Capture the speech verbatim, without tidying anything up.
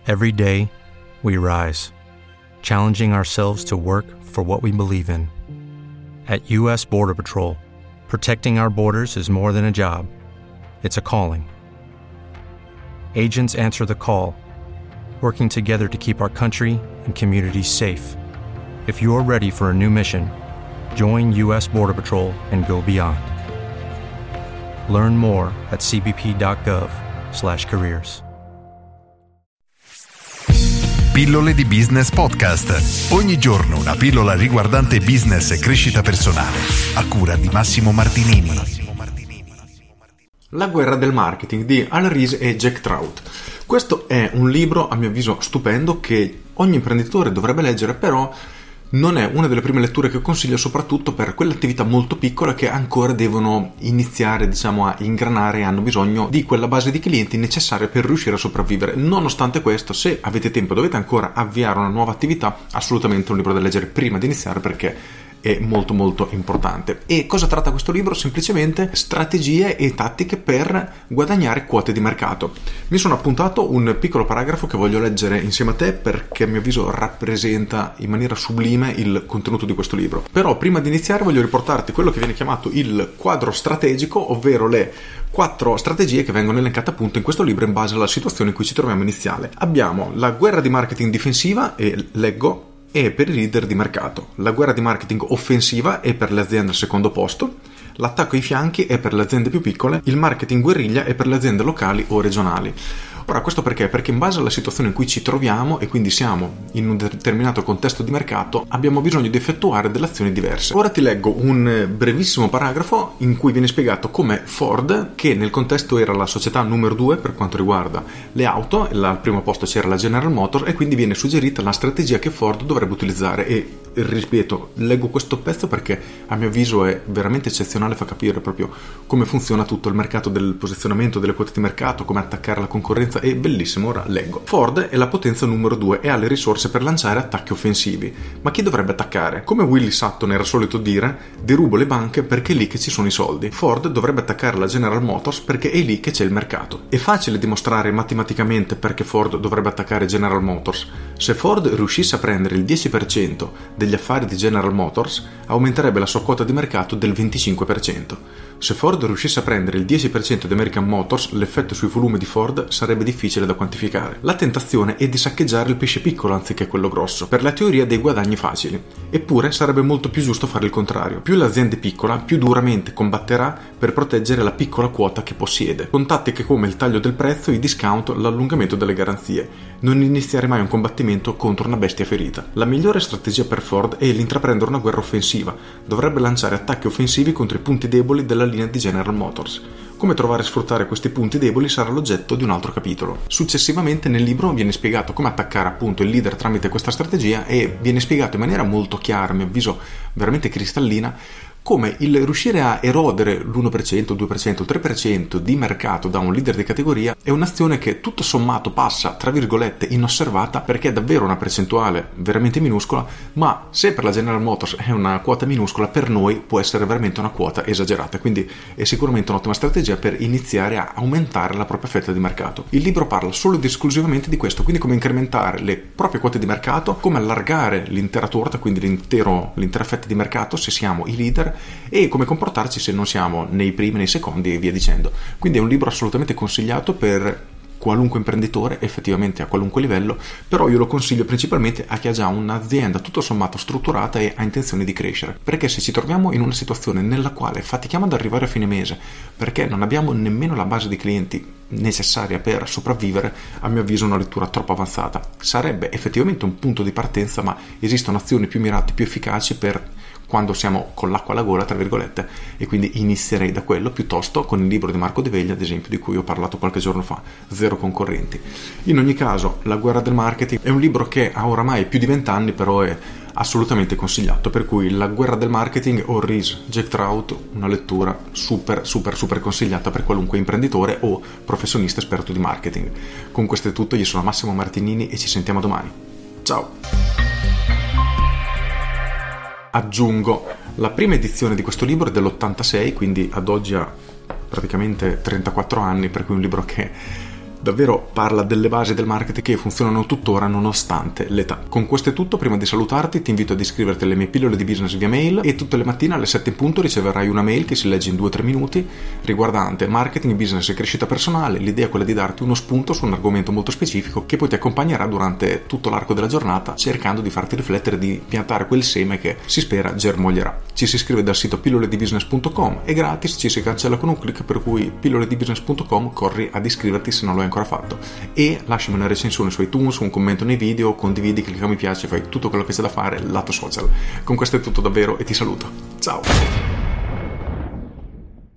Every day, we rise, challenging ourselves to work for what we believe in. At U S Border Patrol, protecting our borders is more than a job. It's a calling. Agents answer the call, working together to keep our country and communities safe. If you're ready for a new mission, join U S Border Patrol and go beyond. Learn more at c b p dot gov slash careers. Pillole di Business Podcast. Ogni giorno una pillola riguardante business e crescita personale. A cura di Massimo Martinini. La guerra del marketing di Al Ries e Jack Trout. Questo è un libro, a mio avviso, stupendo che ogni imprenditore dovrebbe leggere, però non è una delle prime letture che consiglio, soprattutto per quelle attività molto piccole che ancora devono iniziare, diciamo, a ingranare e hanno bisogno di quella base di clienti necessaria per riuscire a sopravvivere. Nonostante questo, se avete tempo, dovete ancora avviare una nuova attività, assolutamente un libro da leggere prima di iniziare, perché è molto molto importante. E cosa tratta questo libro? Semplicemente strategie e tattiche per guadagnare quote di mercato. Mi sono appuntato un piccolo paragrafo che voglio leggere insieme a te, perché a mio avviso rappresenta in maniera sublime il contenuto di questo libro. Però prima di iniziare voglio riportarti quello che viene chiamato il quadro strategico, ovvero le quattro strategie che vengono elencate appunto in questo libro in base alla situazione in cui ci troviamo iniziale. Abbiamo la guerra di marketing difensiva, e leggo, e per i leader di mercato. La guerra di marketing offensiva è per le aziende al secondo posto, l'attacco ai fianchi è per le aziende più piccole, il marketing guerriglia è per le aziende locali o regionali. Ora, questo perché? Perché in base alla situazione in cui ci troviamo, e quindi siamo in un determinato contesto di mercato, abbiamo bisogno di effettuare delle azioni diverse. Ora ti leggo un brevissimo paragrafo in cui viene spiegato come Ford, che nel contesto era la società numero due per quanto riguarda le auto, al primo posto c'era la General Motors, e quindi viene suggerita la strategia che Ford dovrebbe utilizzare. E ripeto, leggo questo pezzo perché a mio avviso è veramente eccezionale, fa capire proprio come funziona tutto il mercato del posizionamento, delle quote di mercato, come attaccare la concorrenza. È bellissimo. Ora leggo. Ford è la potenza numero due e ha le risorse per lanciare attacchi offensivi. Ma chi dovrebbe attaccare? Come Willie Sutton era solito dire, derubo le banche perché è lì che ci sono i soldi. Ford dovrebbe attaccare la General Motors perché è lì che c'è il mercato. È facile dimostrare matematicamente perché Ford dovrebbe attaccare General Motors. Se Ford riuscisse a prendere il dieci per cento degli affari di General Motors, aumenterebbe la sua quota di mercato del venticinque per cento. Se Ford riuscisse a prendere il dieci per cento di American Motors, l'effetto sui volumi di Ford sarebbe difficile da quantificare. La tentazione è di saccheggiare il pesce piccolo anziché quello grosso, per la teoria dei guadagni facili. Eppure sarebbe molto più giusto fare il contrario. Più l'azienda è piccola, più duramente combatterà per proteggere la piccola quota che possiede, con tattiche come il taglio del prezzo, i discount, l'allungamento delle garanzie. Non iniziare mai un combattimento contro una bestia ferita. La migliore strategia per Ford è l'intraprendere una guerra offensiva. Dovrebbe lanciare attacchi offensivi contro i punti deboli della linea di General Motors. Come trovare e sfruttare questi punti deboli sarà l'oggetto di un altro capitolo. Successivamente nel libro viene spiegato come attaccare appunto il leader tramite questa strategia, e viene spiegato in maniera molto chiara, a mio avviso veramente cristallina, come il riuscire a erodere l'uno per cento, il due per cento, il tre per cento di mercato da un leader di categoria è un'azione che tutto sommato passa, tra virgolette, inosservata, perché è davvero una percentuale veramente minuscola, ma se per la General Motors è una quota minuscola, per noi può essere veramente una quota esagerata, quindi è sicuramente un'ottima strategia per iniziare a aumentare la propria fetta di mercato. Il libro parla solo ed esclusivamente di questo, quindi come incrementare le proprie quote di mercato, come allargare l'intera torta, quindi l'intero, l'intera fetta di mercato se siamo i leader, e come comportarci se non siamo nei primi, nei secondi e via dicendo. Quindi è un libro assolutamente consigliato per qualunque imprenditore, effettivamente a qualunque livello, però io lo consiglio principalmente a chi ha già un'azienda tutto sommato strutturata e ha intenzione di crescere, perché se ci troviamo in una situazione nella quale fatichiamo ad arrivare a fine mese perché non abbiamo nemmeno la base di clienti necessaria per sopravvivere, a mio avviso è una lettura troppo avanzata. Sarebbe effettivamente un punto di partenza, ma esistono azioni più mirate, più efficaci per quando siamo con l'acqua alla gola, tra virgolette, e quindi inizierei da quello piuttosto con il libro di Marco De Veglia, ad esempio, di cui ho parlato qualche giorno fa, Zero concorrenti. In ogni caso, La guerra del marketing è un libro che ha oramai più di vent'anni, però è assolutamente consigliato, per cui La guerra del marketing o Ries, Jack Trout, una lettura super super super consigliata per qualunque imprenditore o professionista esperto di marketing. Con questo è tutto, io sono Massimo Martinini e ci sentiamo domani. Ciao! Aggiungo, la prima edizione di questo libro è dell'ottantasei, quindi ad oggi ha praticamente trentaquattro anni, per cui è un libro che davvero parla delle basi del marketing che funzionano tuttora nonostante l'età. Con questo è tutto. Prima di salutarti ti invito ad iscriverti alle mie pillole di business via mail e tutte le mattine alle sette in punto riceverai una mail che si legge in due tre minuti riguardante marketing, business e crescita personale. L'idea è quella di darti uno spunto su un argomento molto specifico che poi ti accompagnerà durante tutto l'arco della giornata, cercando di farti riflettere, di piantare quel seme che si spera germoglierà. Ci si iscrive dal sito pillole di business punto com, è gratis, ci si cancella con un click, per cui pillole di business punto com, corri ad iscriverti se non lo hai ancora fatto e lasciami una recensione su iTunes, un commento nei video, condividi, clicca mi piace, fai tutto quello che c'è da fare lato social. Con questo è tutto davvero e ti saluto. Ciao!